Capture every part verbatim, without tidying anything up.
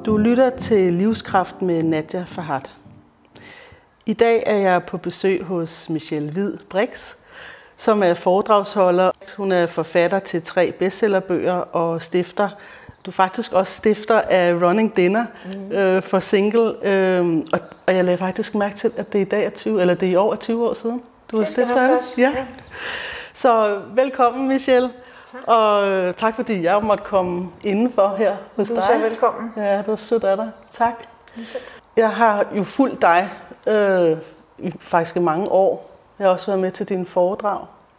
Du lytter til Livskraft med Nadia Farhad. I dag er jeg på besøg hos Michelle Hvid Brix, som er foredragsholder. Hun er forfatter til tre bestsellerbøger og stifter. Du er faktisk også stifter af Running Dinner mm. øh, for Single. Øh, og, og jeg lagde faktisk mærke til, at det i dag er tyve, eller det er i år er tyve år siden. Du er stifter af det. Ja. Så velkommen, Michelle. Og øh, tak fordi jeg måtte komme indenfor her hos dig. Du er så velkommen. Ja, det var sødt af dig. Tak. Jeg har jo fulgt dig øh, i faktisk i mange år. Jeg har også været med til dine foredrag.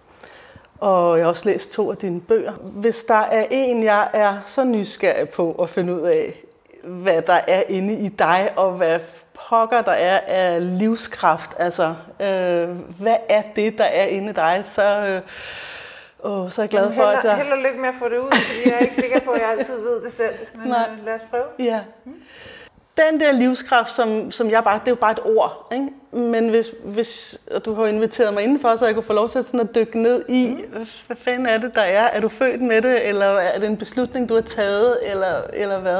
Og jeg har også læst to af dine bøger. Hvis der er en, jeg er så nysgerrig på at finde ud af, hvad der er inde i dig, og hvad pokker der er af livskraft, altså øh, hvad er det, der er inde i dig, så... Øh, Oh, så er jeg glad for, heller, at jeg... Held og lykke med at få det ud, fordi jeg er ikke sikker på, at jeg altid ved det selv. Men Nej. lad os prøve. Ja. Mm. Den der livskraft, som, som jeg bare... Det er jo bare et ord, ikke? Men hvis, hvis du har inviteret mig indenfor, så jeg kunne få lov til at, sådan at dykke ned i, mm. hvad fanden er det, der er? Er du født med det, eller er det en beslutning, du har taget, eller, eller hvad?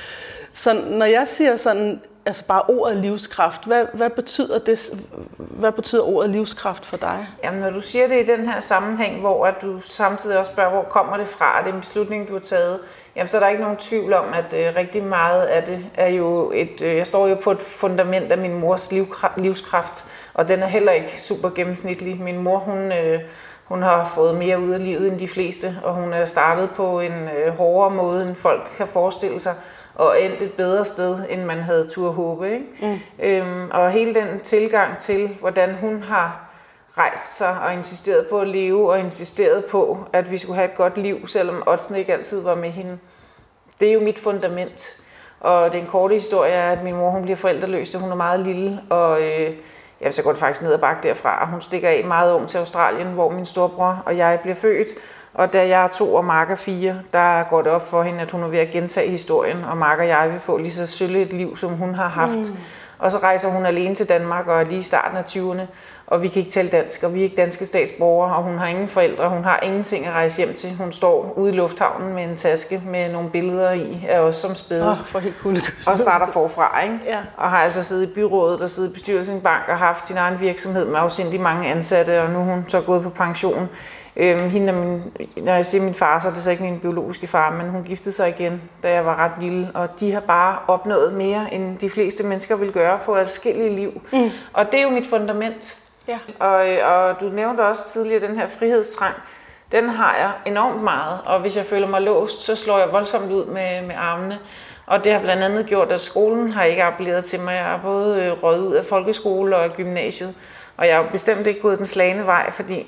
Så når jeg siger sådan... Altså bare ordet livskraft. Hvad, hvad, betyder det, hvad betyder ordet livskraft for dig? Jamen, når du siger det i den her sammenhæng, hvor at du samtidig også spørger, hvor kommer det fra, det er en beslutning, du har taget, jamen, så er der ikke nogen tvivl om, at øh, rigtig meget af det er jo et... Øh, jeg står jo på et fundament af min mors livkraft, livskraft, og den er heller ikke super gennemsnitlig. Min mor, hun... Øh, Hun har fået mere ud af livet end de fleste, og hun er startet på en øh, hårdere måde, end folk kan forestille sig, og endt et bedre sted, end man havde turde håbe. Ikke? Mm. Øhm, og hele den tilgang til, hvordan hun har rejst sig og insisteret på at leve, og insisteret på, at vi skulle have et godt liv, selvom oddsene ikke altid var med hende, det er jo mit fundament. Og den korte historie er, at min mor hun bliver forældreløs, da hun er meget lille, og... Øh, Ja, så går det faktisk ned ad bakke derfra, og hun stikker af meget ung til Australien, hvor min storebror og jeg bliver født. Og da jeg er to og Mark er fire, der går det op for hende, at hun er ved at gentage historien, og Mark og jeg vil få lige så sølle et liv, som hun har haft. Mm. Og så rejser hun alene til Danmark og er lige i starten af tyverne, og vi kan ikke tale dansk, og vi er ikke danske statsborgere, og hun har ingen forældre, hun har ingenting at rejse hjem til. Hun står ude i lufthavnen med en taske med nogle billeder i af os som spæde, oh, for helt cool. og starter forfra, ikke? Ja. Og har altså siddet i byrådet og siddet i bestyrelsen i en bank og haft sin egen virksomhed med afsindig mange ansatte, og nu er hun så gået på pension. Øhm, hende er min, når jeg siger min far, så er det så ikke min biologiske far, men hun giftede sig igen, da jeg var ret lille, og de har bare opnået mere, end de fleste mennesker vil gøre på adskillige liv. Mm. Og det er jo mit fundament. Ja. Og, og du nævnte også tidligere den her frihedstrang. Den har jeg enormt meget, og hvis jeg føler mig låst, så slår jeg voldsomt ud med, med armene. Og det har blandt andet gjort, at skolen har ikke appelleret til mig. Jeg har både røget ud af folkeskole og gymnasiet, og jeg har bestemt ikke gået den slagne vej, fordi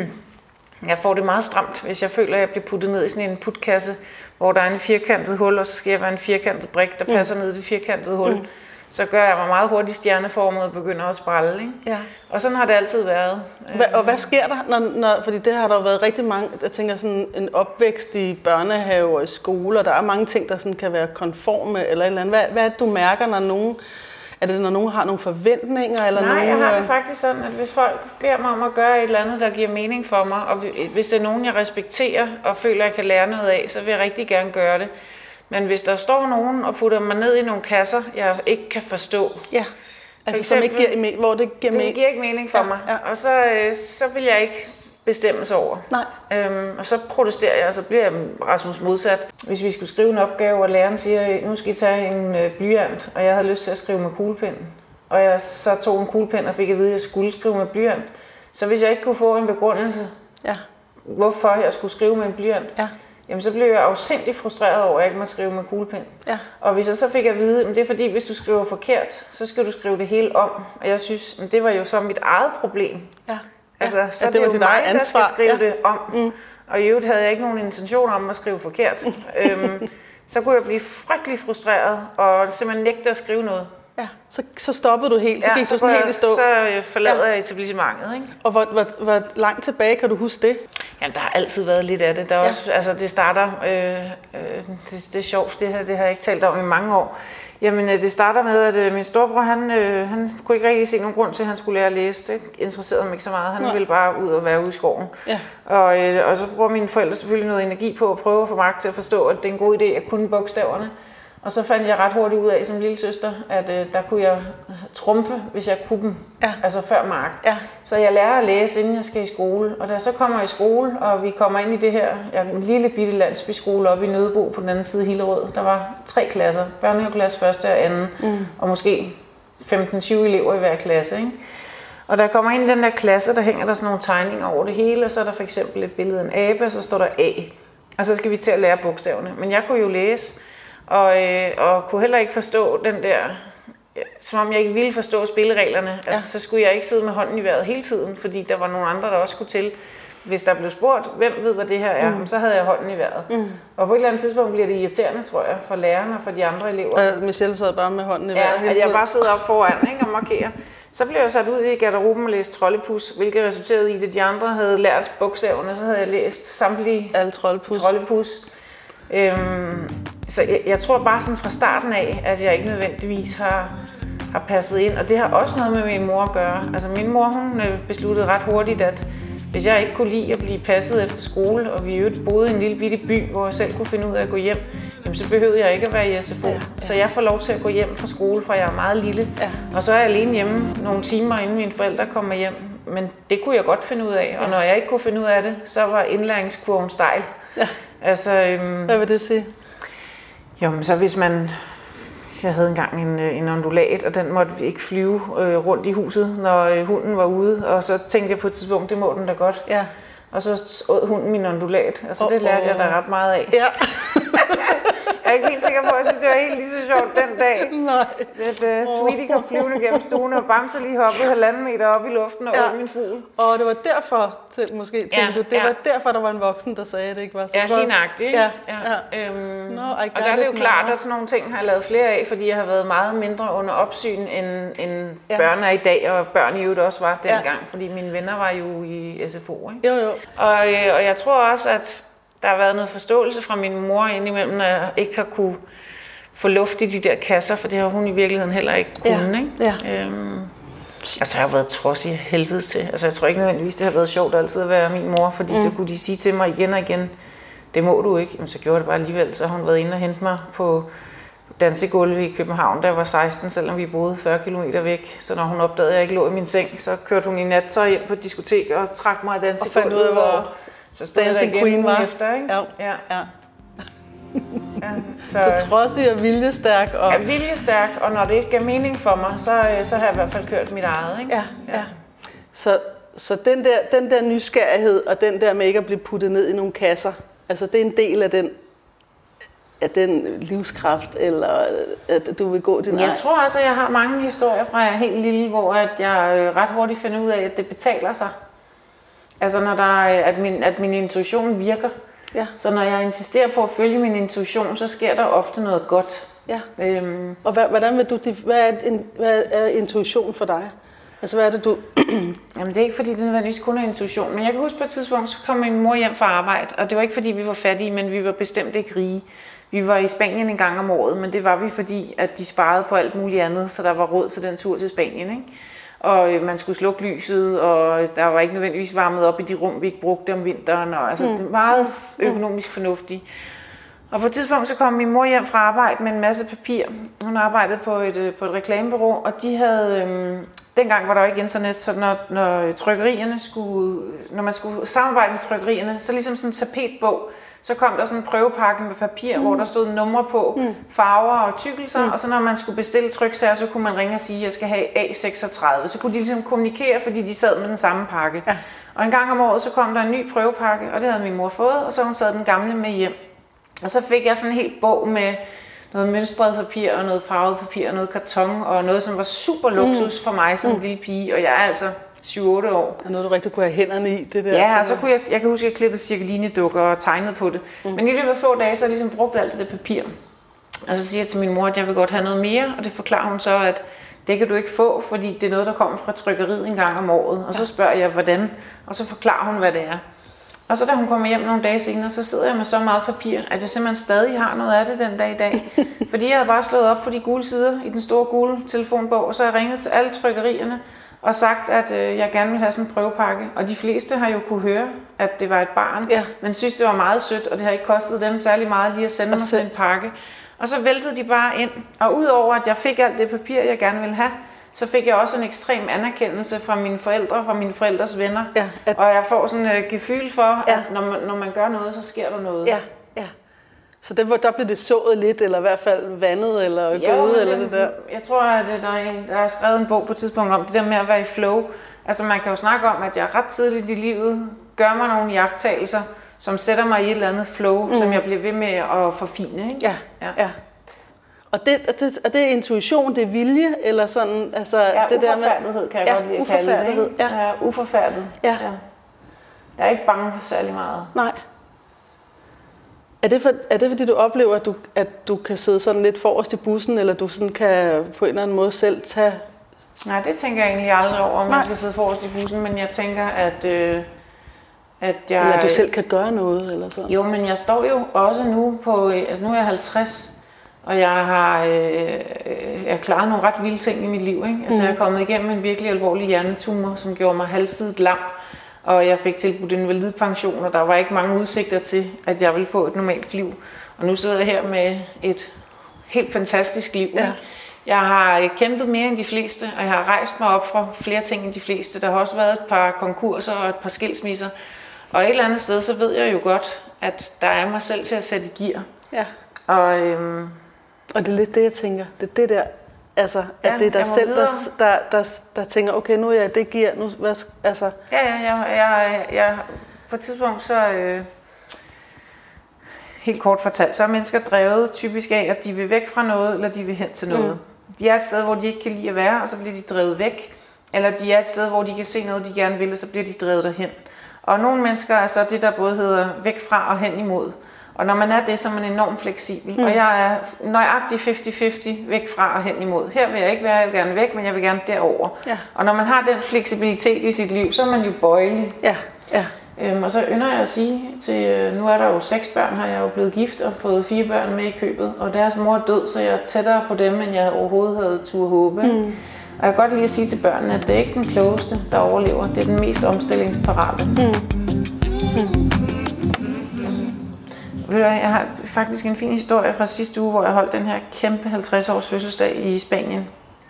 jeg får det meget stramt, hvis jeg føler, at jeg bliver puttet ned i sådan en putkasse, hvor der er en firkantet hul, og så skal jeg være en firkantet brik, der passer mm. ned i det firkantede hul. Mm. Så gør jeg mig meget hurtigt stjerneformet og begynder at sprælle. Ikke? Ja. Og sådan har det altid været. Hva, og hvad sker der? Når, når, fordi det har der jo været rigtig mange, jeg tænker sådan en opvækst i børnehave og i skole, og der er mange ting, der sådan kan være konforme eller et eller andet. Hvad, hvad er det, du mærker, når nogen... Er det, når nogen har nogle forventninger? Eller Nej, nogen, jeg har det faktisk sådan, at hvis folk beder mig om at gøre et eller andet, der giver mening for mig, og hvis det er nogen, jeg respekterer og føler, jeg kan lære noget af, så vil jeg rigtig gerne gøre det. Men hvis der står nogen og putter mig ned i nogle kasser, jeg ikke kan forstå, ja. Altså, eksempel, som ikke giver, hvor det giver det mening. giver ikke mening for ja, mig, ja. Og så, så vil jeg ikke bestemmes over. Nej. Øhm, og så protesterer jeg, og så bliver jeg Rasmus modsat. Hvis vi skulle skrive en opgave, og læreren siger, nu skal I tage en øh, blyant, og jeg havde lyst til at skrive med kuglepinden, og jeg så tog en kuglepind og fik at vide, at jeg skulle skrive med blyant, så hvis jeg ikke kunne få en begrundelse, ja. hvorfor jeg skulle skrive med en blyant, ja. jamen så blev jeg afsindig frustreret over, at jeg ikke må skrive med kuglepind. Ja. Og hvis jeg så fik at vide, at det er fordi, hvis du skriver forkert, så skal du skrive det hele om. Og jeg synes, at det var jo så mit eget problem. Ja. Altså, ja, så det, det var det jo mig, der skal skrive ja. det om. Mm. Og i øvrigt havde jeg ikke nogen intention om at skrive forkert. øhm, så kunne jeg blive frygtelig frustreret og simpelthen nægte at skrive noget. Ja, så, så stoppede du helt, så ja, gik så du sådan helt i stå. Så forlader ja. jeg etablissementet. Ikke? Og hvor, hvor, hvor langt tilbage kan du huske det? Jamen, der har altid været lidt af det. Der er ja. også, altså, det starter, øh, øh, det, det er sjovt, det her, det har jeg ikke talt om i mange år. Jamen, det starter med, at øh, min storebror, han, øh, han kunne ikke rigtig se nogen grund til, at han skulle lære at læse. Det interesserede ham ikke så meget. Han Nej. ville bare ud og være ude i skoven. Ja. Og, øh, og så bruger mine forældre selvfølgelig noget energi på at prøve at få Mark til at forstå, at det er en god idé at kunne bogstaverne. Og så fandt jeg ret hurtigt ud af som lille søster, at øh, der kunne jeg trumfe, hvis jeg kunne dem, ja. altså før mark. Ja. Så jeg lærer at læse, inden jeg skal i skole. Og da jeg så kommer i skole, og vi kommer ind i det her, jeg en lille bitte landsbyskole oppe i Nødebo på den anden side af Hillerød. Der var tre klasser, børnehaveklasse første og anden, mm. og måske femten tyve elever i hver klasse. Ikke? Og da jeg kommer ind i den der klasse, der hænger der sådan nogle tegninger over det hele, og så er der for eksempel et billede af en abe, og så står der A. Og så skal vi til at lære bogstaverne. Men jeg kunne jo læse, og, øh, og kunne heller ikke forstå den der, som om jeg ikke ville forstå spillereglerne. Ja. Altså, så skulle jeg ikke sidde med hånden i vejret hele tiden, fordi der var nogle andre, der også skulle til. Hvis der blev spurgt, hvem ved, hvad det her er, mm. så havde jeg hånden i vejret. Mm. Og på et eller andet tidspunkt bliver det irriterende, tror jeg, for lærerne og for de andre elever. Ja, Michelle sad bare med hånden i vejret. Ja, at jeg bare sidder op foran, ikke, og markerer. Så blev jeg sat ud i garderoben og læste Troldepus, hvilket resulterede i, at de andre havde lært bogstaverne, så havde jeg læst samtlige alle Troldepus. Troldepus. Øhm, så jeg, jeg tror bare sådan fra starten af, at jeg ikke nødvendigvis har, har passet ind, og det har også noget med min mor at gøre. Altså min mor, hun besluttede ret hurtigt, at hvis jeg ikke kunne lide at blive passet efter skole, og vi jo boede i en lille bitte by, hvor jeg selv kunne finde ud af at gå hjem, jamen så behøvede jeg ikke at være i S F O. Ja, ja. Så jeg får lov til at gå hjem fra skole, fra jeg er meget lille. Ja. Og så er jeg alene hjemme nogle timer, inden mine forældre kommer hjem. Men det kunne jeg godt finde ud af, og når jeg ikke kunne finde ud af det, så var indlæringskurven stejl. Ja. Altså, øhm, hvad vil det sige? Jo, men så hvis man... Jeg havde engang en, en ondulat, og den måtte ikke flyve øh, rundt i huset, når øh, hunden var ude. Og så tænkte jeg på et tidspunkt, det må den da godt. Ja. Og så åd hunden min ondulat. Altså oh, det lærte oh. jeg da ret meget af. Ja. Jeg er ikke helt sikker på, at jeg synes, det var helt lige så sjovt den dag. Nej. At uh, Tweety kom flyvende gennem stuen, og Bamse lige hoppede halvanden meter op i luften og ja. åd min fugl. Og det var derfor, til, måske tænkte ja, du, det ja. var derfor, der var en voksen, der sagde, at det ikke var så ja, godt. Ja, helt nøjagtigt, ikke? Ja, ja. ja. Øhm, no, og der er det jo klart, at sådan nogle ting har jeg lavet flere af, fordi jeg har været meget mindre under opsyn, end, end ja. børn er i dag, og børn i øvrigt også var dengang, ja. fordi mine venner var jo i S F O, ikke? Jo, jo. Og, øh, og jeg tror også, at der har været noget forståelse fra min mor indimellem, når jeg ikke har kunne få luft i de der kasser, for det har hun i virkeligheden heller ikke kunnet. Ja. Ikke? Ja. Øhm, altså, jeg har været trods i helvede til. Altså, jeg tror ikke nødvendigvis, det har været sjovt altid at være min mor, fordi mm. så kunne de sige til mig igen og igen, det må du ikke. Jamen, så gjorde det bare alligevel. Så har hun været inde og hente mig på dansegulvet i København, da jeg var seksten, selvom vi boede fyrre kilometer væk. Så når hun opdagede, at jeg ikke lå i min seng, så kørte hun i nattøj hjem på et diskotek og trak mig af dansegulvet. Og fandt ud af, hvor så stod jeg der igen var. Efter, ikke? Ja. ja. ja. ja så, så trodsig og viljestærk. Og... Ja, viljestærk, og når det ikke gav mening for mig, så, så har jeg i hvert fald kørt mit eget. Ikke? Ja, ja. ja. Så, så den, der, den der nysgerrighed, og den der med ikke at blive puttet ned i nogle kasser, altså det er en del af den, af den livskraft, eller at du vil gå din Jeg egen. tror altså, jeg har mange historier fra jeg er helt lille, hvor at jeg ret hurtigt finder ud af, at det betaler sig. Altså når der er, at, min, at min intuition virker. Ja. Så når jeg insisterer på at følge min intuition, så sker der ofte noget godt. Ja. Øhm. Og hvad, hvordan vil du, hvad er, hvad er intuition for dig? Altså hvad er det du... Jamen det er ikke fordi, det nødvendigvis kun er intuition. Men jeg kan huske på et tidspunkt, så kom min mor hjem fra arbejde. Og det var ikke fordi, vi var fattige, men vi var bestemt ikke rige. Vi var i Spanien en gang om året, men det var vi fordi, at de sparede på alt muligt andet. Så der var råd til den tur til Spanien, ikke? Og man skulle slukke lyset, og der var ikke nødvendigvis varmet op i de rum, vi ikke brugte om vinteren. Og, altså, mm. det var meget økonomisk fornuftigt. Og på et tidspunkt så kom min mor hjem fra arbejde med en masse papir. Hun arbejdede på et, på et reklamebureau, og de havde... Øhm, dengang var der jo ikke internet, så når, når trykkerierne skulle... Når man skulle samarbejde med trykkerierne, så ligesom sådan en tapetbog, så kom der sådan en prøvepakke med papir, mm. hvor der stod numre på, mm. farver og tykkelser, mm. og så når man skulle bestille tryksager, så kunne man ringe og sige, at jeg skal have A seksogtredive. Så kunne de ligesom kommunikere, fordi de sad med den samme pakke. Ja. Og en gang om året, så kom der en ny prøvepakke, og det havde min mor fået, og så hun taget den gamle med hjem. Og så fik jeg sådan en helt bog med noget mønstret papir, og noget farvet papir, og noget karton, og noget, som var super luksus mm. for mig som mm. lille pige, og jeg er altså syv otte år. Og noget, du rigtig kunne have hænderne i, det der? Ja, og så kunne jeg, jeg kan huske, at jeg klippede cirkeline-dukker og tegnede på det. Mm. Men i løbet af få dage, så har jeg ligesom brugt alt det der papir. Og så siger jeg til min mor, at jeg vil godt have noget mere, og det forklarer hun så, at det kan du ikke få, fordi det er noget, der kommer fra trykkeriet en gang om året. Og så spørger jeg, hvordan, og så forklarer hun, hvad det er. Og så da hun kommer hjem nogle dage senere, så sidder jeg med så meget papir, at jeg simpelthen stadig har noget af det den dag i dag. Fordi jeg havde bare slået op på de gule sider i den store gule telefonbog, og så har jeg ringet til alle trykkerierne, og sagt, at øh, jeg gerne ville have sådan en prøvepakke. Og de fleste har jo kunne høre, at det var et barn, ja. men synes, det var meget sødt, og det har ikke kostet dem særlig meget lige at sende mig sådan en pakke. Og så væltede de bare ind, og udover at jeg fik alt det papir, jeg gerne ville have, så fik jeg også en ekstrem anerkendelse fra mine forældre, fra mine forældres venner. Ja, at... Og jeg får sådan et gefyl for, ja. at når man, når man gør noget, så sker der noget. Ja, ja. Så det, der blev det sået lidt, eller i hvert fald vandet, eller gødet, eller det der? Jeg tror, at der er, der er skrevet en bog på et tidspunkt om det der med at være i flow. Altså man kan jo snakke om, at jeg ret tidligt i livet gør mig nogle iagttagelser, som sætter mig i et eller andet flow, mm. som jeg bliver ved med at forfine. Ikke? Ja, ja. ja. Og det, og det, og det er intuition, det er vilje, eller sådan, altså... Ja, det uforfærdighed der med, kan jeg ja, godt lide at kalde det, ikke? Ja, ja uforfærdet. Ja. ja. Jeg er ikke bange for særlig meget. Nej. Er det, for, er det fordi, du oplever, at du, at du kan sidde sådan lidt forrest i bussen, eller du sådan kan på en eller anden måde selv tage... Nej, det tænker jeg egentlig aldrig over, om Nej. jeg skal sidde forrest i bussen, men jeg tænker, at... Øh, at jeg... Eller at du selv kan gøre noget, eller sådan. Jo, men jeg står jo også nu på... Altså nu er jeg halvtreds, og jeg har øh, jeg har klaret nogle ret vilde ting i mit liv, ikke? Altså mm. jeg er kommet igennem en virkelig alvorlig hjernetumor, som gjorde mig halvsidigt lam, og jeg fik tilbudt en validepension, og der var ikke mange udsigter til, at jeg ville få et normalt liv. Og nu sidder jeg her med et helt fantastisk liv. Ja. Jeg har kæmpet mere end de fleste, og jeg har rejst mig op fra flere ting end de fleste. Der har også været et par konkurser og et par skilsmisser. Og et eller andet sted, så ved jeg jo godt, at der er mig selv til at sætte i gear. Ja. Og, øhm, og det er lidt det, jeg tænker. Det er det der, altså, at ja, det er dig selv, der, der, der, der tænker, okay, nu er jeg det gear, nu, hvad, altså... Ja, ja, jeg, jeg, jeg, på et tidspunkt, så... Øh, helt kort fortalt, så er mennesker drevet typisk af, at de vil væk fra noget, eller de vil hen til noget. Mm. De er et sted, hvor de ikke kan lide at være, og så bliver de drevet væk. Eller de er et sted, hvor de kan se noget, de gerne vil, og så bliver de drevet derhen. Og nogle mennesker er så det, der både hedder væk fra og hen imod. Og når man er det, så er man enormt fleksibel. Mm. Og jeg er nøjagtig halvtreds halvtreds væk fra og hen imod. Her vil jeg ikke være, jeg vil gerne væk, men jeg vil gerne derover. Ja. Og når man har den fleksibilitet i sit liv, så er man jo bøjelig. Ja, ja. Øhm, og så ynder jeg at sige til, nu er der jo seks børn, har jeg jo blevet gift og fået fire børn med i købet. Og deres mor er død, så jeg er tættere på dem, end jeg overhovedet havde turde håbe. Mm. Og jeg kan godt lide at sige til børnene, at det er ikke den klogeste, der overlever. Det er den mest omstillingsparate. Mm. Mm. Jeg har faktisk en fin historie fra sidste uge, hvor jeg holdt den her kæmpe halvtreds års fødselsdag i Spanien.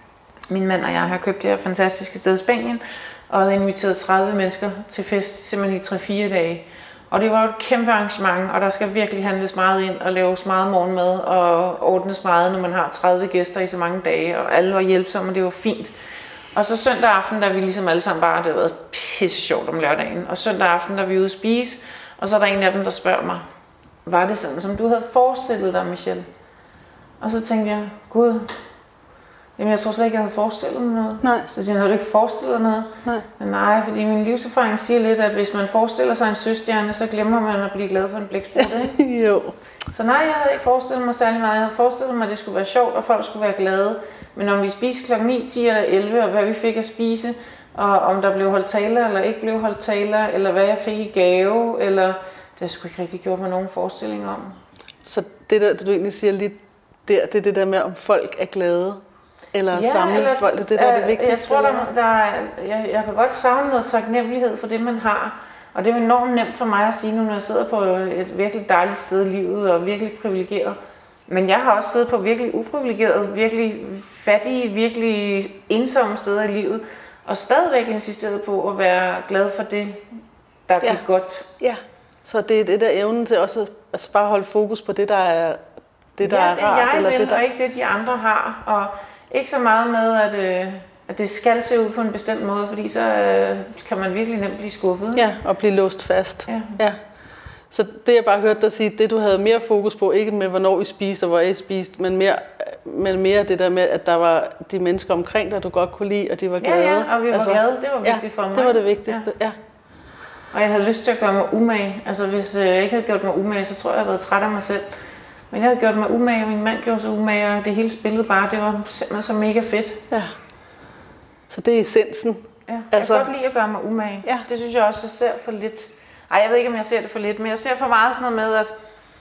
Min mand og jeg har købt det her fantastiske sted i Spanien, og havde inviteret tredive mennesker til fest, simpelthen i tre fire dage. Og det var et kæmpe arrangement, og der skal virkelig handles meget ind og laves meget morgenmad og ordnes meget, når man har tredive gæster i så mange dage, og alle var hjælpsomme, og det var fint. Og så søndag aften, der vi ligesom alle sammen bare, det har været pisse sjovt om lørdagen, og søndag aften, der vi ude at spise, og så er der en af dem, der spørger mig, var det sådan, som du havde forestillet dig, Michelle? Og så tænkte jeg, gud, jamen jeg tror slet ikke, jeg havde forestillet mig noget. Nej. Så siger jeg, havde du ikke forestillet noget? Nej. Men nej, fordi min livserfaring siger lidt, at hvis man forestiller sig en søstjerne, så glemmer man at blive glad for en blæksprut, ikke? Jo. Så nej, jeg havde ikke forestillet mig særlig meget. Jeg havde forestillet mig, at det skulle være sjovt, og folk skulle være glade. Men om vi spiste klokken ni, ti eller elleve, og hvad vi fik at spise, og om der blev holdt taler eller ikke blev holdt taler, eller hvad jeg fik i gave, eller det har jeg sgu ikke rigtig gjort mig nogen forestilling om. Så det der, du egentlig siger lige der, det er det der med, om folk er glade? Eller ja, samle eller, folk, det er det, der er det vigtigste? Jeg tror, der, der er, jeg, jeg kan godt savne noget taknemmelighed for det, man har. Og det er enormt nemt for mig at sige nu, når jeg sidder på et virkelig dejligt sted i livet, og virkelig privilegeret. Men jeg har også siddet på virkelig uprivilegeret, virkelig fattige, virkelig ensomme steder i livet, og stadigvæk insisteret på at være glad for det, der ja. gik godt. Ja, så det er det der evnen til også at altså bare holde fokus på det, der er det, der ja, er det rart. jeg eller vil, det, der... og ikke det, de andre har. Og ikke så meget med, at, øh, at det skal se ud på en bestemt måde, fordi så øh, kan man virkelig nemt blive skuffet. Ja, og blive låst fast. Ja. Ja. Så det jeg bare hørte dig sige, det du havde mere fokus på, ikke med hvornår I spiste og hvor I spiste, men mere, men mere det der med, at der var de mennesker omkring dig, du godt kunne lide, og de var glade. Ja, ja, og vi var altså, glade. Det var vigtigt ja, for mig. det var det vigtigste, ja. ja. Og jeg havde lyst til at gøre mig umage. Altså hvis øh, jeg ikke havde gjort mig umage, så tror jeg, jeg havde været træt af mig selv. Men jeg havde gjort mig umage, og min mand gjorde sig umage, og det hele spillede bare, det var simpelthen så mega fedt. Ja. Så det er essensen. Ja, jeg altså, kan godt lide at gøre mig umage. Ja. Det synes jeg også, jeg ser for lidt. Ej, jeg ved ikke, om jeg ser det for lidt, men jeg ser for meget sådan noget med, at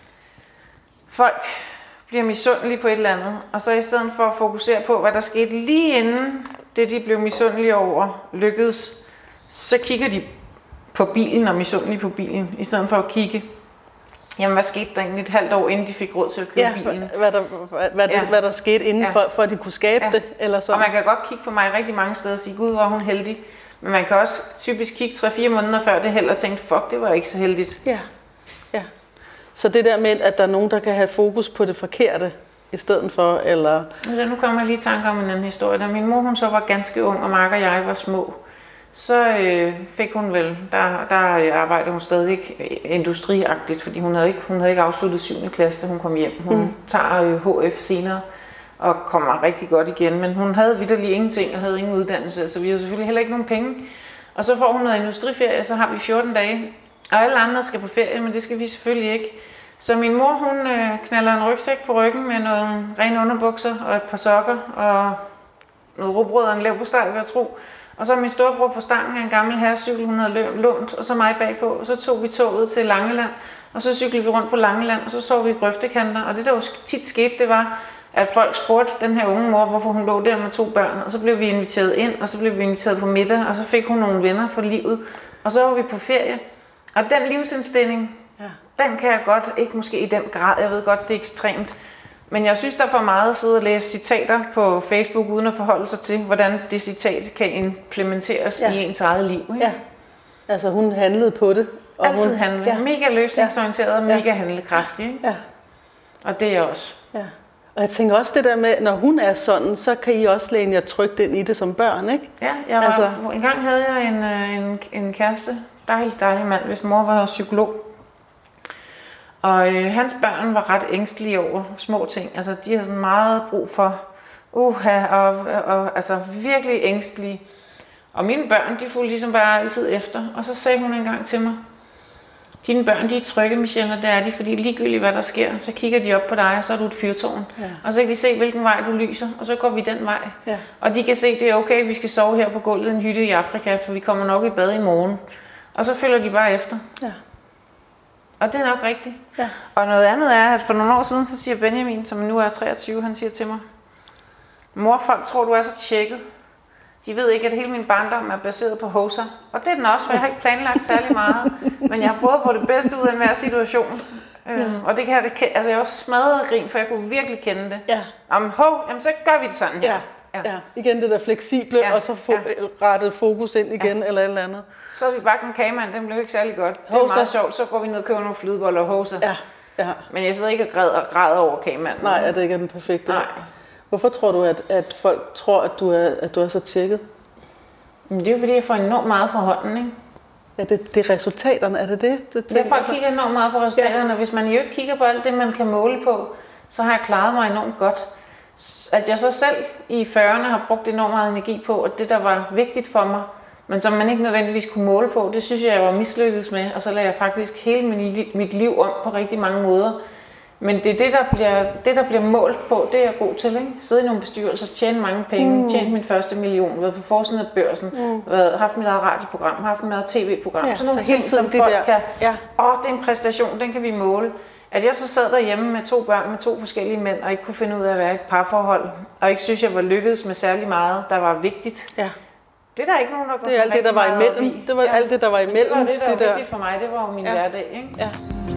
folk bliver misundelige på et eller andet, og så i stedet for at fokusere på, hvad der skete lige inden det de blev misundelige over lykkedes, så kigger de på bilen og misundelige på bilen, i stedet for at kigge, jamen hvad skete der egentlig et halvt år, inden de fik råd til at købe ja, bilen? Hvad der, hvad, hvad, ja. hvad der skete inden, ja. for, for at de kunne skabe ja. det? Eller så. Og man kan godt kigge på mig rigtig mange steder og sige, gud, hvor hun heldig. Men man kan også typisk kigge tre fire måneder før det held og tænke, fuck, det var ikke så heldigt. Ja. ja. Så det der med, at der er nogen, der kan have fokus på det forkerte, i stedet for, eller... Ja, nu kommer jeg lige i tanke om en anden historie. Da min mor, hun så var ganske ung, og Mark og jeg var små, så øh, fik hun vel, der, der arbejdede hun stadigvæk industriagtigt, fordi hun havde ikke, hun havde ikke afsluttet syvende klasse, da hun kom hjem. Hun mm. tager øh, H F senere og kommer rigtig godt igen, men hun havde vitterlig ingenting og havde ingen uddannelse, så vi havde selvfølgelig heller ikke nogen penge. Og så får hun noget industriferie, så har vi fjorten dage, og alle andre skal på ferie, men det skal vi selvfølgelig ikke. Så min mor, hun øh, knalder en rygsæk på ryggen med nogle rene underbukser og et par sokker og noget rugbrød og en leverpostej, vil jeg tro. Og så min storebror på stangen af en gammel herrecykel, hun havde lånt, og så mig bagpå. Og så tog vi toget til Langeland, og så cyklede vi rundt på Langeland, og så så vi grøftekanter. Og det der jo tit skete, det var, at folk spurgte den her unge mor, hvorfor hun lå der med to børn. Og så blev vi inviteret ind, og så blev vi inviteret på middag, og så fik hun nogle venner for livet. Og så var vi på ferie. Og den livsindstilling, ja. den kan jeg godt, ikke måske i den grad, jeg ved godt, det er ekstremt. Men jeg synes, der er for meget at sidde og læse citater på Facebook, uden at forholde sig til, hvordan det citat kan implementeres ja. i ens eget liv. Ikke? Ja, altså hun handlede på det. Og Altid hun... handlede. Ja. Mega løsningsorienteret og mega ja. handlekraftig. Ikke? Ja. Og det er jeg også. Ja. Og jeg tænker også det der med, når hun er sådan, så kan I også læne jer trygt ind i det som børn, ikke? Ja, jeg var, altså... en gang havde jeg en, en, en kæreste, dejlig, dejlig mand, hvis mor var psykolog. Og øh, hans børn var ret ængstelige over små ting. Altså, de havde sådan meget brug for uha, og, og, og altså virkelig ængstelige. Og mine børn, de fulgte ligesom bare altid efter. Og så sagde hun engang til mig, dine børn, de er trygge, Michelle, og det er de, fordi ligegyldigt hvad der sker, så kigger de op på dig, og så er du et fyrtårn. Ja. Og så kan de se, hvilken vej du lyser, og så går vi den vej. Ja. Og de kan se, det er okay, vi skal sove her på gulvet i en hytte i Afrika, for vi kommer nok i bad i morgen. Og så følger de bare efter. Ja. Og det er nok rigtigt. Ja. Og noget andet er, at for nogle år siden, så siger Benjamin, som nu er treogtyve, han siger til mig, mor, folk tror, du er så tjekket. De ved ikke, at hele min barndom er baseret på hoser. Og det er den også, for jeg har ikke planlagt særlig meget. Men jeg har prøvet at få det bedste ud af enhver situation. Ja. Øhm, og det kan jeg, altså jeg er også smadret grin, for jeg kunne virkelig kende det. Ja. Om hov, jamen så gør vi det sådan her. Ja. Ja. Ja. Igen det der fleksible, ja. og så få ja. rettet fokus ind igen, ja. eller et eller andet. Så havde vi bagt en kagemand, den blev ikke særlig godt. Det er meget sjovt, så går vi ned og køber nogle flydeboller og hoser. Ja. Ja. Men jeg sidder ikke og græder, og græder over kagemanden. Nej, at det ikke er den perfekte. Nej. Hvorfor tror du, at, at folk tror, at du er, at du er så tjekket? Det er jo fordi, jeg får enormt meget fra hånden, ikke? Ja, det, det er resultaterne, er det det? det ja, folk kigger enormt meget på resultaterne, ja. Og hvis man jo ikke kigger på alt det, man kan måle på, så har jeg klaret mig enormt godt. At jeg så selv i fyrrerne har brugt enormt meget energi på, at det, der var vigtigt for mig, men som man ikke nødvendigvis kunne måle på, det synes jeg, jeg var mislykkedes med, og så lader jeg faktisk hele mit liv om på rigtig mange måder. Men det er det, der bliver, det, der bliver målt på, det er jeg god til, ikke? Sidde i nogle bestyrelser, tjene mange penge, mm. tjene min første million, været på forsiden af børsen, mm. været, haft mit eget radioprogram, haft mit eget tv-program, ja, sådan nogle ting, som folk der. kan, ja. åh, det er en præstation, den kan vi måle. At jeg så sad derhjemme med to børn, med to forskellige mænd, og ikke kunne finde ud af at være i et parforhold, og ikke synes, jeg var lykkedes med særlig meget, der var vigtigt. Ja. Det er der ikke nogen, der går det er alt det, der var imellem. Det var ja. alt det, der var imellem. Det var det, der det var der... vigtigt for mig, det var jo min ja. hverdag, ikke? Ja.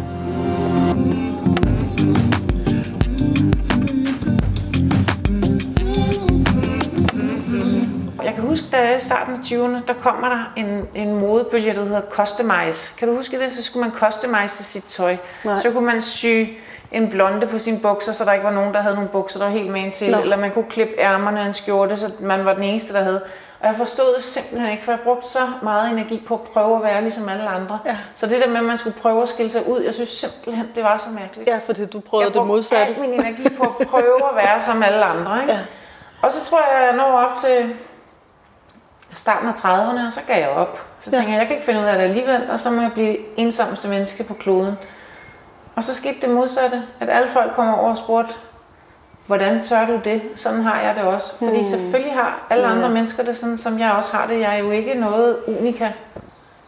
Jeg kan huske, da i starten af tyverne, der kommer der en, en modebølge, der hedder customize. Kan du huske det? Så skulle man customize sit tøj. Nej. Så kunne man sy en blonde på sine bukser, så der ikke var nogen, der havde nogle bukser, der var helt med til. Nå. Eller man kunne klippe ærmerne af en skjorte, så man var den eneste, der havde. Og jeg forstod det simpelthen ikke, for jeg brugte så meget energi på at prøve at være ligesom alle andre. Ja. Så det der med, at man skulle prøve at skille sig ud, jeg synes simpelthen, det var så mærkeligt. Ja, fordi du prøvede det modsatte. Jeg brugte al min energi på at prøve at være som alle andre. Ikke? Ja. Og så tror jeg, jeg når op til starten af trediverne, og så gav jeg op. Så ja. tænkte jeg, jeg kan ikke finde ud af det alligevel, og så må jeg blive ensomste menneske på kloden. Og så skete det modsatte, at alle folk kom over og spurgte, hvordan tør du det? Sådan har jeg det også. Fordi mm. selvfølgelig har alle andre mm. mennesker det sådan, som jeg også har det. Jeg er jo ikke noget unika.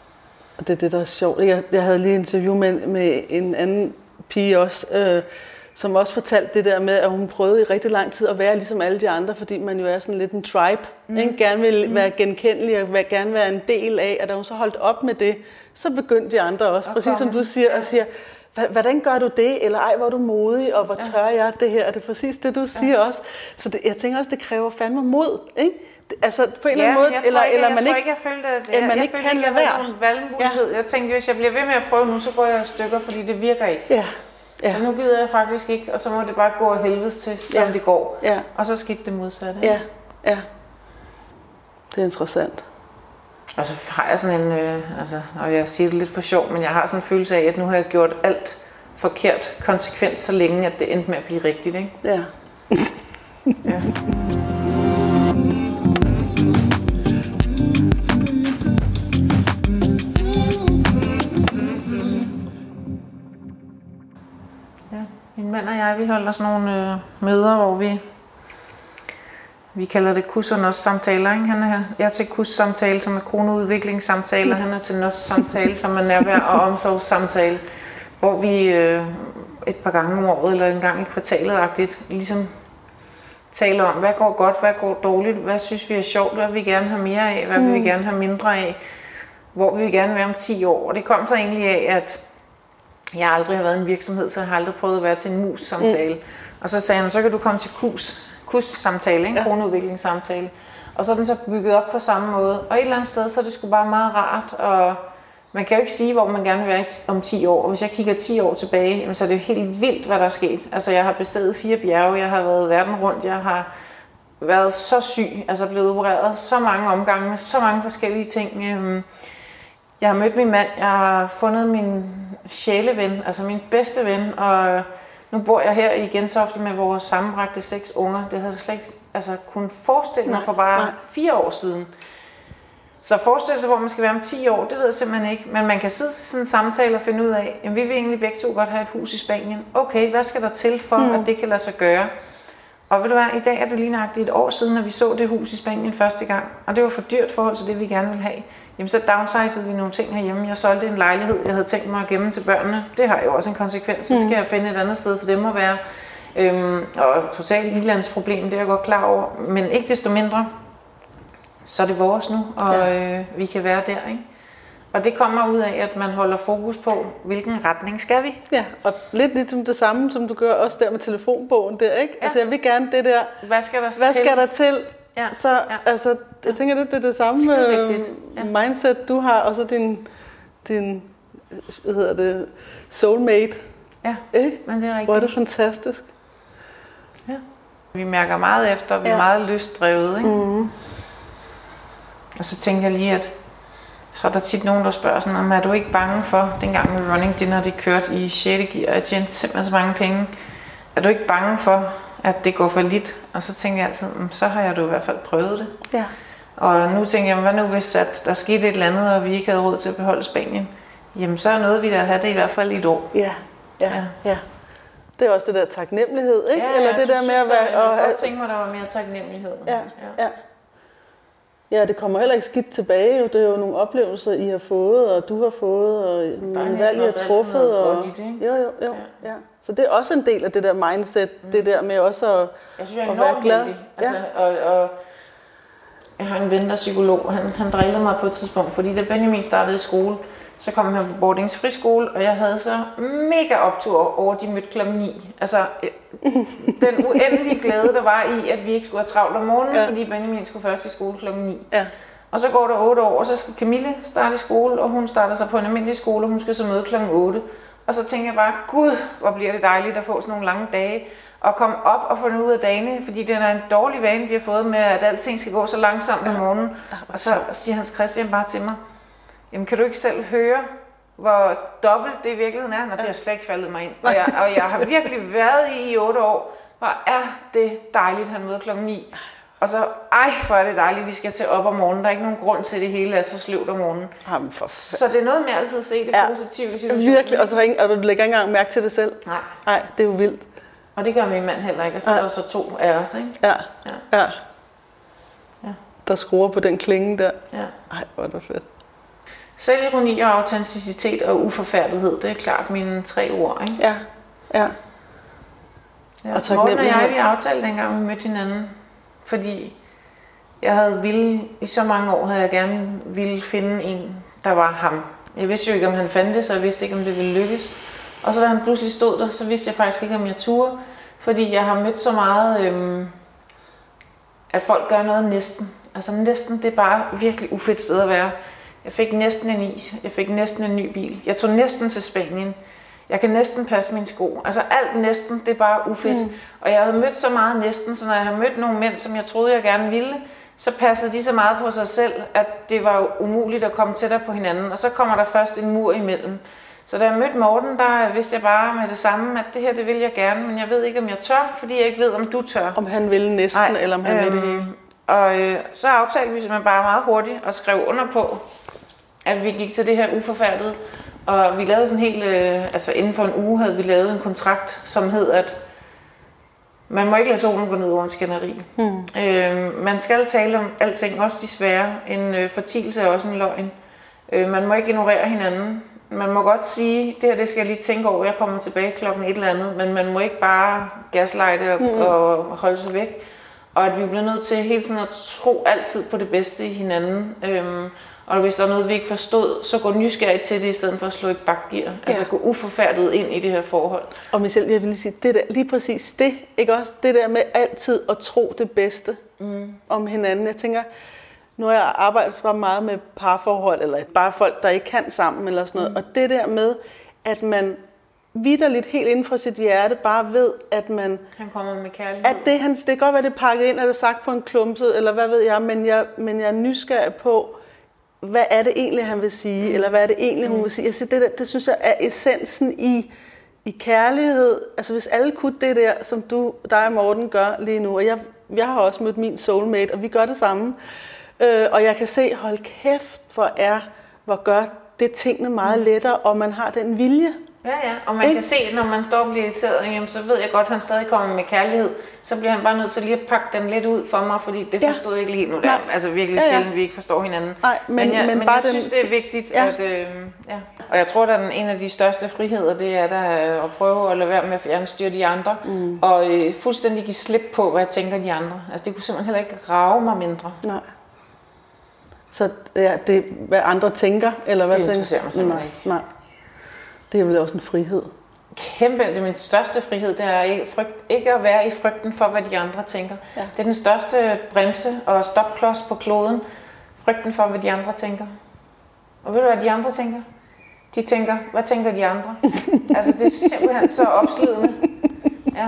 Og det er det, der er sjovt. Jeg, jeg havde lige interview med, med en anden pige også, øh, som også fortalte det der med, at hun prøvede i rigtig lang tid at være ligesom alle de andre, fordi man jo er sådan lidt en tribe, mm. ikke? Gerne vil mm. være genkendelig og være, gerne være en del af, og da hun så holdt op med det, så begyndte de andre også, okay. præcis som du siger, ja. og siger, hvordan gør du det? Eller ej, hvor er du modig, og hvor tør jeg det her? Det er præcis det, du siger ja. også. Så det, jeg tænker også, det kræver fandme mod, ikke? Altså på en ja, eller anden måde, jeg eller, ikke, eller jeg man tror ikke, ikke, jeg følte, at jeg, man jeg, ikke følte kan ikke, lade jeg være. nogen valgmulighed. Ja. Jeg tænkte, hvis jeg bliver ved med at prøve nu, så går jeg i stykker, fordi det virker ikke. Ja. Ja. Så nu gider jeg faktisk ikke, og så må det bare gå af helvedes til, som ja. det går. Ja. Og så skete det modsatte. Ja, ja. Det er interessant. Og så har jeg sådan en, øh, altså, og jeg siger det lidt for sjov, men jeg har sådan en følelse af, at nu har jeg gjort alt forkert konsekvent så længe, at det endte med at blive rigtigt, ikke? Ja. ja. Min mand og jeg, vi holder sådan nogle øh, møder, hvor vi vi kalder det kus- og nos-samtaler. Ikke? Han er, jeg er til kus-samtale, som er kroneudviklingssamtaler. Han er til nos-samtale, som er nærvær og omsorgssamtale, hvor vi øh, et par gange om året, eller en gang i kvartalet-agtigt, ligesom taler om, hvad går godt, hvad går dårligt, hvad synes vi er sjovt, hvad vil vi gerne have mere af, hvad vil vi gerne have mindre af, hvor vil vi gerne være om ti år. Og det kom så egentlig af, at jeg aldrig har været i en virksomhed, så jeg har aldrig prøvet at være til en mus-samtale. Mm. Og så sagde han, så kan du komme til kus, kus-samtale, en ja. kroneudviklingssamtale. Og så er den så bygget op på samme måde. Og et eller andet sted, så er det sgu bare meget rart. Og man kan jo ikke sige, hvor man gerne vil være om ti år. Og hvis jeg kigger ti år tilbage, så er det jo helt vildt, hvad der er sket. Altså jeg har besteget fire bjerge, jeg har været verden rundt, jeg har været så syg, altså blevet opereret så mange omgange med så mange forskellige ting. Jeg har mødt min mand, jeg har fundet min sjæleven, altså min bedste ven, og nu bor jeg her i Gentofte med vores sammenbragte seks unger. Det havde jeg slet ikke altså, kunne forestille mig for bare nej. fire år siden. Så forestille sig, hvor man skal være om ti år, det ved jeg simpelthen ikke. Men man kan sidde til sådan en samtale og finde ud af, at vi vil egentlig begge to godt have et hus i Spanien. Okay, hvad skal der til for, mm. at det kan lade sig gøre? Og ved du hvad, i dag er det lige nøjagtigt et år siden, at vi så det hus i Spanien første gang. Og det var for dyrt forhold til det, vi gerne ville have. Jamen så downsizede vi nogle ting herhjemme. Jeg solgte en lejlighed, jeg havde tænkt mig at gemme til børnene. Det har jo også en konsekvens. Så skal jeg finde et andet sted, så det må være. Øhm, og totalt indlandsproblem, det er jeg godt klar over. Men ikke desto mindre, så er det vores nu, og ja. øh, vi kan være der, ikke? Og det kommer ud af, at man holder fokus på, hvilken retning skal vi? Ja, og lidt ligesom det samme, som du gør også der med telefonbogen der, ikke? Ja. Altså jeg vil gerne det der, hvad skal der hvad til? Skal der til? Ja. Så ja. altså, jeg tænker, det, det er det samme øh, ja. mindset, du har, og så din, din hvad hedder det, soulmate. Ja, ikke? Men det er rigtigt. Hvor er det fantastisk. Ja. Vi mærker meget efter, vi er ja. meget lystdrevet, ikke? Mm. Og så tænker jeg lige, at så er der tit nogen, der spørger sådan, om er du ikke bange for, dengang med Running Dinner, det kørte i sjette gear, og jeg tjente simpelthen så mange penge, er du ikke bange for, at det går for lidt? Og så tænker jeg altid, så har jeg da i hvert fald prøvet det. Ja. Og nu tænker jeg, hvad nu hvis at der skete et eller andet, og vi ikke havde råd til at beholde Spanien? Jamen så er noget, vi der have det i hvert fald i et år. Ja, ja, ja. ja. Det er også det der taknemmelighed, ikke? Ja, eller det der med at være... Jeg kunne godt tænke mig, der var mere taknemmelighed. Ja, ja. ja. Ja, det kommer heller ikke skidt tilbage. Jo. Det er jo nogle oplevelser, I har fået, og du har fået, og nogle valg, I har truffet. Og... Jo, jo, jo. Ja. Ja. Så det er også en del af det der mindset, mm. det der med også at, jeg synes, jeg er at være glad. Altså, ja. og, og jeg har en ven, der er psykolog. Han, han drillede mig på et tidspunkt, fordi da Benjamin startede i skole, så kom han på boardings friskole, og jeg havde så mega optur over, at de mødte klokken ni. Altså, den uendelige glæde, der var i, at vi ikke skulle have travlt om morgenen, ja. fordi Benjamin skulle først i skole klokken ni. Ja. Og så går der otte år, og så skal Camille starte i skole, og hun starter sig på en almindelig skole, og hun skal så møde klokken otte. Og så tænker jeg bare, gud, hvor bliver det dejligt at få sådan nogle lange dage, og komme op og få den ud af dagene, fordi den er en dårlig vane, vi har fået med, at alting skal gå så langsomt om morgenen. Og så siger Hans Christian bare til mig, jamen kan du ikke selv høre, hvor dobbelt det i virkeligheden er? Nå, det har slet ikke faldet mig ind. Og jeg, og jeg har virkelig været i i otte år, hvor er det dejligt, han møder klokken ni. Og så, ej, hvor er det dejligt, vi skal til op om morgenen. Der er ikke nogen grund til, at det hele er så sløvt om morgenen. Jamen for så det er noget med altid at se det ja, positive i situationen. Virkelig, og, så ingen, og du lægger ikke engang mærke til det selv. Nej. Nej, det er jo vildt. Og det gør min mand heller ikke, og så er der så to af os, ikke? Ja, ja. ja. ja. Der skruer på den klinge der. Ja. Ej, hvor er det fedt. Selvironi og autenticitet og uforfærdighed, det er klart mine tre ord, ikke? Ja, ja. Ja, og Morten og jeg, vi aftalte dengang, vi mødte hinanden, fordi jeg havde ville, i så mange år havde jeg gerne ville finde en, der var ham. Jeg vidste jo ikke, om han fandtes, og jeg vidste ikke, om det ville lykkes. Og så da han pludselig stod der, så vidste jeg faktisk ikke, om jeg turde, fordi jeg har mødt så meget, øhm, at folk gør noget næsten. Altså næsten, det er bare virkelig ufedt sted at være. Jeg fik næsten en is, jeg fik næsten en ny bil, jeg tog næsten til Spanien. Jeg kan næsten passe mine sko. Altså alt næsten, det er bare ufedt. Mm. Og jeg havde mødt så meget næsten, så når jeg har mødt nogle mænd, som jeg troede, jeg gerne ville, så passede de så meget på sig selv, at det var umuligt at komme tættere på hinanden. Og så kommer der først en mur imellem. Så da jeg mødte Morten, der vidste jeg bare med det samme, at det her, det vil jeg gerne, men jeg ved ikke, om jeg tør, fordi jeg ikke ved, om du tør. Om han vil næsten, Ej, eller om han øhm, vil det hele. Og øh, så aftalte vi simpelthen bare meget hurtigt og skrev under på, at vi gik til det her uforfærdet. Og vi lavede sådan helt, øh, altså inden for en uge havde vi lavet en kontrakt, som hed, at man må ikke lade solen gå ned over en skænderi. Hmm. Øh, man skal tale om alting, også de svære. En øh, fortielse er også en løgn. Øh, man må ikke ignorere hinanden. Man må godt sige, det her det skal jeg lige tænke over, jeg kommer tilbage klokken et eller andet, men man må ikke bare gaslighte og, hmm. og holde sig væk. Og at vi bliver nødt til hele tiden at tro altid på det bedste i hinanden. Øhm, og hvis der er noget, vi ikke forstod, så gå nysgerrigt til det, i stedet for at slå i bakgear. Ja. Altså gå uforfærdet ind i det her forhold. Og Michelle, jeg vil lige sige, det der, lige præcis det, ikke også? Det der med altid at tro det bedste mm. om hinanden. Jeg tænker, nu har jeg arbejdet så meget med parforhold, eller bare folk, der ikke kan sammen, eller sådan noget. Mm. Og det der med, at man vitterligt helt inden for sit hjerte bare ved, at man... Han kommer med kærlighed. At det, han, det kan godt være, det er pakket ind, eller sagt på en klumset, eller hvad ved jeg, men jeg, men jeg er nysgerrig på, hvad er det egentlig, han vil sige, mm. eller hvad er det egentlig, hun vil sige. Jeg siger, det, der, det synes jeg er essensen i, i kærlighed. Altså hvis alle kunne det der, som du, dig og Morten gør lige nu, og jeg, jeg har også mødt min soulmate, og vi gør det samme, øh, og jeg kan se, hold kæft, hvor er, hvor gør det tingene meget mm. lettere, og man har den vilje. Ja, ja, og man ikke? Kan se, når man står og bliver irriteret, jamen, så ved jeg godt, at han stadig kommer med kærlighed. Så bliver han bare nødt til lige at pakke den lidt ud for mig, fordi det ja. forstod jeg ikke lige nu. Der. Altså virkelig ja, ja. sjældent, vi ikke forstår hinanden. Nej, men, men, jeg, men, men bare jeg den... synes, det er vigtigt. Ja. At, øh, ja. Og jeg tror, at en af de største friheder, det er der at prøve at lade være med at fjernstyre de andre. Mm. Og øh, fuldstændig give slip på, hvad jeg tænker de andre. Altså det kunne simpelthen heller ikke rage mig mindre. Nej. Så ja, det er, hvad andre tænker? Eller hvad det interesserer mig simpelthen nej, ikke. Nej. Det er vel også en frihed. Kæmpe, det er min største frihed, det er ikke, frygt, ikke at være i frygten for, hvad de andre tænker. Ja. Det er den største bremse og stopklods på kloden. Frygten for, hvad de andre tænker. Og ved du, hvad de andre tænker? De tænker, hvad tænker de andre? Altså, det er simpelthen så opslidende. Ja.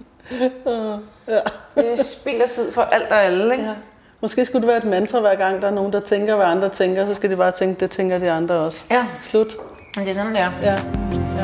Ja. Det spilder tid for alt og alle, ikke? Ja. Måske skulle det være et mantra, hver gang der er nogen, der tænker, hvad andre tænker, så skal de bare tænke, det tænker de andre også. Ja. Slut. Men det er sådan, det er. Ja. Ja.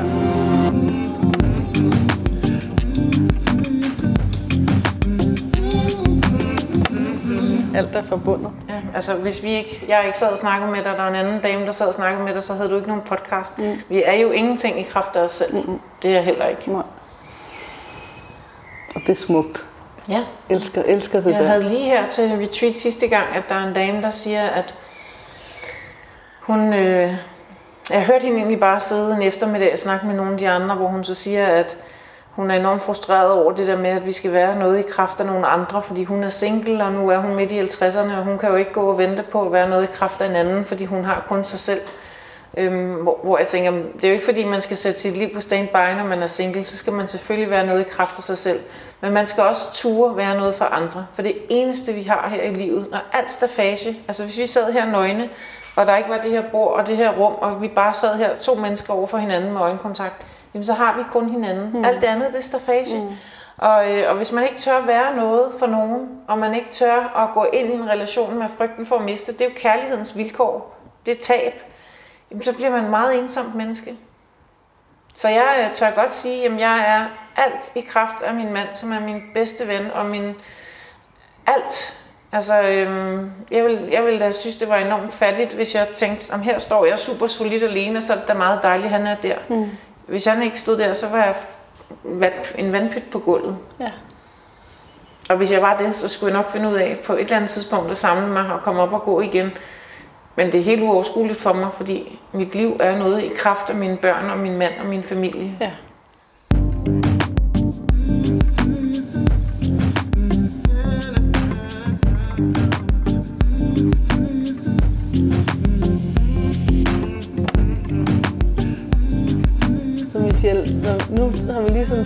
Alt er forbundet. Ja, altså hvis vi ikke, jeg ikke sad og snakkede med dig, der var en anden dame, der sad og snakkede med dig, så havde du ikke nogen podcast. Mm. Vi er jo ingenting i kraft af os selv. Mm-hmm. Det er jeg heller ikke. Nej. Og det er smukt. Ja. Elsker, elsker det jeg der. Jeg havde lige her til retreat sidste gang, at der er en dame, der siger, at hun... Øh, jeg hørte hende egentlig bare sidde en eftermiddag og snakke med nogle af de andre, hvor hun så siger, at hun er enormt frustreret over det der med, at vi skal være noget i kraft af nogle andre, fordi hun er single, og nu er hun midt i halvtredserne, og hun kan jo ikke gå og vente på at være noget i kraft af en anden, fordi hun har kun sig selv. Øhm, hvor, hvor jeg tænker, det er jo ikke fordi, man skal sætte sit liv på standby, når man er single, så skal man selvfølgelig være noget i kraft af sig selv. Men man skal også ture være noget for andre, for det eneste, vi har her i livet, når alt stafage, altså hvis vi sad her nøgne, og der ikke var det her bord og det her rum, og vi bare sad her to mennesker over for hinanden med øjenkontakt, jamen så har vi kun hinanden. Mm. Alt det andet, det er stafage. Mm. Og, øh, og hvis man ikke tør være noget for nogen, og man ikke tør at gå ind i en relation med frygten for at miste, det er jo kærlighedens vilkår, det er tab, jamen så bliver man et meget ensomt menneske. Så jeg øh, tør godt sige, at jeg er alt i kraft af min mand, som er min bedste ven, og min alt. Altså, øhm, jeg ville jeg vil da synes, det var enormt fattigt, hvis jeg tænkte, om her står jeg super solidt alene, og så er det da meget dejligt, han er der. Mm. Hvis han ikke stod der, så var jeg en vandpyt på gulvet. Ja. Og hvis jeg var det, så skulle jeg nok finde ud af på et eller andet tidspunkt at samle mig og komme op og gå igen. Men det er helt uoverskueligt for mig, fordi mit liv er noget i kraft af mine børn og min mand og min familie. Ja.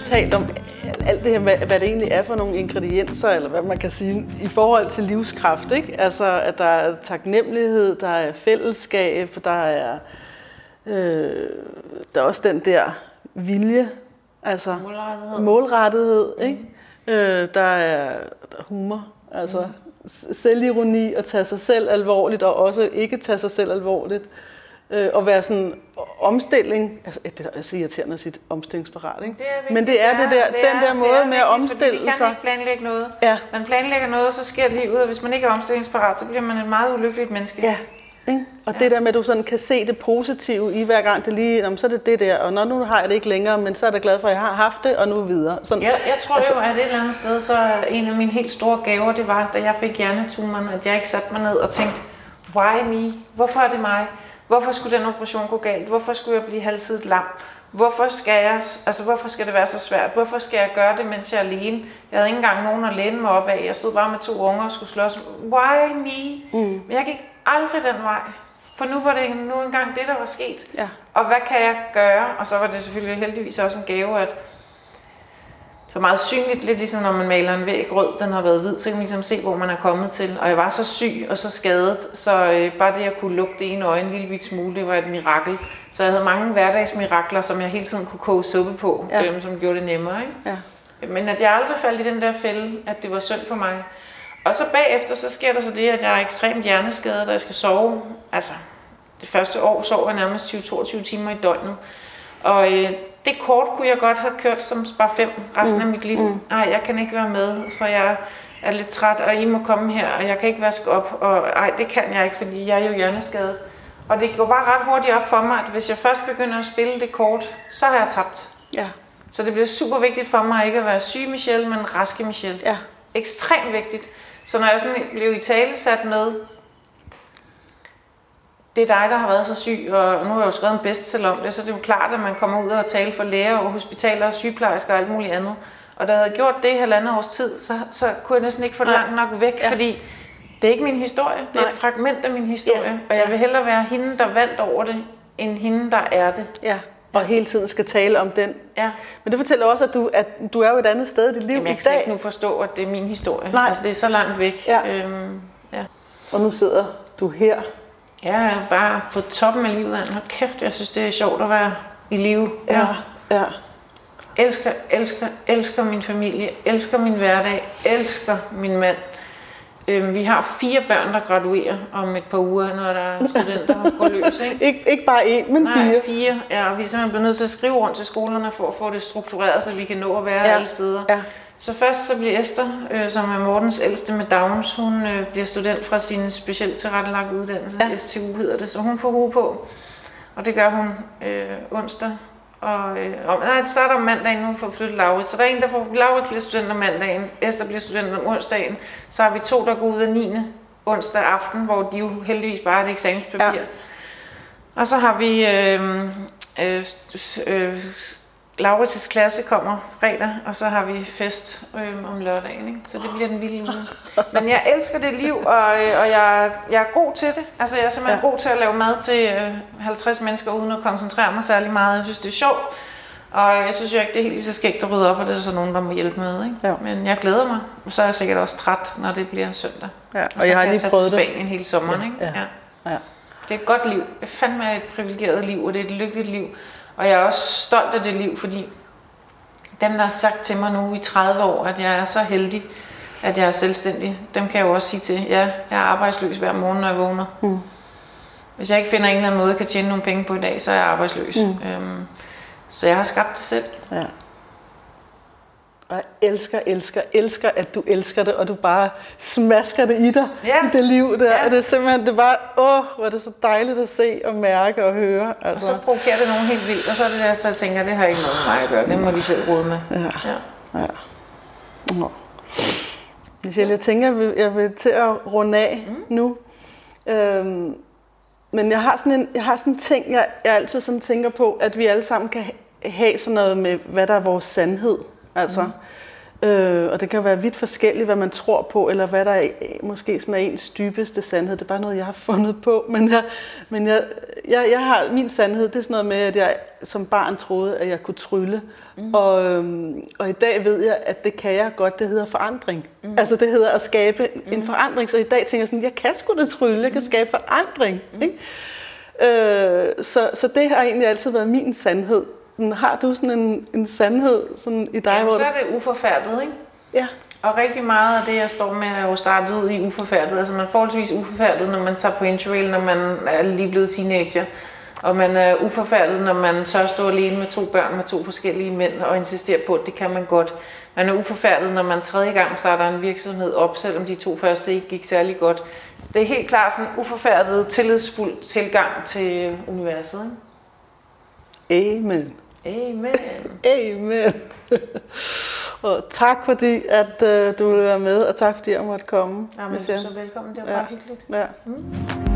talt om alt det her, hvad, hvad det egentlig er for nogle ingredienser, eller hvad man kan sige, i forhold til livskraft, ikke? Altså, at der er taknemmelighed, der er fællesskab, der er, øh, der er også den der vilje, altså målrettighed, målrettighed ikke? Mm. Øh, der, er, der er humor, altså mm. selvironi, at tage sig selv alvorligt, og også ikke tage sig selv alvorligt. Øh, og være sådan omstilling, altså det er så irriterende at sige omstillingsparat, ikke? Det er men det er, det der, det er, den der måde vigtigt, med at omstille sig. Vi kan ikke planlægge noget. Ja. Man planlægger noget, så sker livet, og hvis man ikke er omstillingsparat, så bliver man et meget ulykkeligt menneske. Ja, ikke? Og ja. det der med, at du sådan kan se det positive i hver gang, det lige, så er det det der, og når nu har jeg det ikke længere, men så er jeg glad for, at jeg har haft det, og nu videre. Sådan, jeg, jeg tror altså, jo, at et eller andet sted, så en af mine helt store gaver, det var, da jeg fik hjernetumoren, at jeg ikke satte mig ned og tænkte, why me? Hvorfor er det mig? Hvorfor skulle den operation gå galt? Hvorfor skulle jeg blive halvsidigt lam? Hvorfor skal jeg, altså hvorfor skal det være så svært? Hvorfor skal jeg gøre det, mens jeg er alene? Jeg havde ikke engang nogen at læne mig op af. Jeg stod bare med to unger og skulle slås. Why me? Mm. Men jeg gik aldrig den vej. For nu var det nu engang det, der var sket. Ja. Og hvad kan jeg gøre? Og så var det selvfølgelig heldigvis også en gave, at det var meget synligt, lidt ligesom når man maler en væg rød, den har været hvid, så kan man ligesom se, hvor man er kommet til. Og jeg var så syg og så skadet, så øh, bare det at kunne lukke det ene øje en lille bit smule, det var et mirakel. Så jeg havde mange hverdagsmirakler, som jeg hele tiden kunne koge suppe på, ja. øhm, som gjorde det nemmere. Ikke? Ja. Men at jeg aldrig faldt i den der fælde, at det var synd for mig. Og så bagefter, så sker der så det, at jeg er ekstremt hjerneskadet, og jeg skal sove. Altså, det første år sov jeg nærmest tyve til toogtyve timer i døgnet. Og øh, det kort kunne jeg godt have kørt som spar fem resten mm. af mit liv. Mm. Ej, jeg kan ikke være med, for jeg er lidt træt, og I må komme her, og jeg kan ikke vaske op. Og ej, det kan jeg ikke, fordi jeg er jo hjerneskadet. Og det går bare ret hurtigt op for mig, at hvis jeg først begynder at spille det kort, så har jeg tabt. Ja. Så det bliver super vigtigt for mig ikke at være syg Michelle, men raske Michelle. Ja. Ekstremt vigtigt. Så når jeg sådan blev i tale sat med, det er dig, der har været så syg, og nu har jeg jo skrevet en bestseller om det, så det er jo klart, at man kommer ud og taler for læger og hospitaler og sygeplejersker og alt muligt andet. Og da jeg havde gjort det i halvandet års tid, så, så kunne jeg næsten ikke få det langt nok væk, ja. Fordi det er ikke min historie, det er Nej. et fragment af min historie, ja. Og jeg vil hellere være hende, der vandt over det, end hende, der er det. Ja. Og hele tiden skal tale om den. Ja. Men det fortæller også, at du, at du er jo et andet sted i dit liv. Jamen, jeg i dag. Jeg kan ikke nu forstå, at det er min historie. Nej. Altså, det er så langt væk. Ja. Øhm, ja. Og nu sidder du her. Jeg er bare på toppen af livet. Hold kæft, jeg synes, det er sjovt at være i live. Ja, ja. Elsker, elsker, elsker min familie. Elsker min hverdag. Elsker min mand. Øhm, vi har fire børn, der graduerer om et par uger, når der er studenter, der går løs. Ikke? Ik- ikke bare én, men Nej, fire. Nej, fire. Ja, og vi er simpelthen blevet nødt til at skrive rundt til skolerne for at få det struktureret, så vi kan nå at være ja. alle steder. Ja. Så først så bliver Esther, øh, som er Mortens ældste med Downs, hun øh, bliver student fra sin specielt tilrettelagte uddannelse, ja. S T U hedder det, så hun får hue på. Og det gør hun øh, onsdag. Og, øh, og, nej, det starter om mandagen nu for at flytte Laurits. Så der er en, der får, Laurits bliver student om mandagen, Esther bliver student om onsdagen. Så har vi to, der går ud af niende onsdag aften, hvor de jo heldigvis bare har et eksamenspapir. Ja. Og så har vi øh, øh, øh, Laurits' klasse kommer fredag, og så har vi fest øh, om lørdagen. Ikke? Så det bliver den vilde uge. Men jeg elsker det liv, og, og jeg, jeg er god til det. Altså jeg er simpelthen ja. god til at lave mad til øh, halvtreds mennesker, uden at koncentrere mig særlig meget. Jeg synes, det er sjovt. Og jeg synes jo ikke, det er helt lige så skægt at rydde op, og det er så nogen, der må hjælpe med. Ikke? Ja. Men jeg glæder mig. Og så er jeg sikkert også træt, når det bliver søndag. Ja. Og, og så jeg har kan lige jeg tage til Spanien hele sommeren. Ja. Ikke? Ja. Ja. Ja. Det er et godt liv. Det er fandme et privilegeret liv, og det er et lykkeligt liv. Og jeg er også stolt af det liv, fordi dem, der har sagt til mig nu i tredive år, at jeg er så heldig, at jeg er selvstændig, dem kan jeg jo også sige til, ja, jeg er arbejdsløs hver morgen, når jeg vågner. Mm. Hvis jeg ikke finder en eller anden måde, jeg kan tjene nogle penge på i dag, så er jeg arbejdsløs. Mm. Øhm, så jeg har skabt det selv. Ja. Og jeg elsker, elsker, elsker, at du elsker det, og du bare smasker det i dig, ja. i det liv der. Ja. Og det er simpelthen, det er bare, åh, hvor er det så dejligt at se og mærke og høre. Altså. Og så provokerer det nogen helt vildt, og så er det der, så jeg tænker, det har ikke noget med mig at gøre, det må de selv rode med. Ja, ja. ja. Michelle, jeg tænker, jeg vil til at runde af mm. nu. Øhm, men jeg har sådan en, jeg har sådan en ting, jeg, jeg altid sådan tænker på, at vi alle sammen kan have sådan noget med, hvad der er vores sandhed. Altså, Øh, og det kan være vidt forskelligt, hvad man tror på, eller hvad der er, måske sådan er ens dybeste sandhed. Det er bare noget, jeg har fundet på. Men, jeg, men jeg, jeg, jeg har, min sandhed, det er sådan noget med, at jeg som barn troede, at jeg kunne trylle. Mm. Og, øhm, og i dag ved jeg, at det kan jeg godt. Det hedder forandring. Mm. Altså det hedder at skabe mm. en forandring. Så i dag tænker jeg sådan, jeg kan sgu da trylle, jeg kan skabe forandring. Mm. Ikke? Øh, så, så det har egentlig altid været min sandhed. Har du sådan en, en sandhed sådan i dig? Jamen, så er det uforfærdet, ikke? Ja. Og rigtig meget af det, jeg står med, er jo startet ud i uforfærdet. Altså man er forholdsvis uforfærdet, når man tager på interrail, når man er lige blevet teenager. Og man er uforfærdet, når man tør stå alene med to børn med to forskellige mænd og insistere på, at det kan man godt. Man er uforfærdet, når man tredje gang starter en virksomhed op, selvom de to første ikke gik særlig godt. Det er helt klart sådan en uforfærdet, tillidsfuld tilgang til universet, ikke? Amen. Amen. Amen. Og tak fordi, at uh, du ville være med, og tak fordi jeg måtte komme. Ja, men du er så velkommen. Det var ja. bare hyggeligt. Ja. Mm.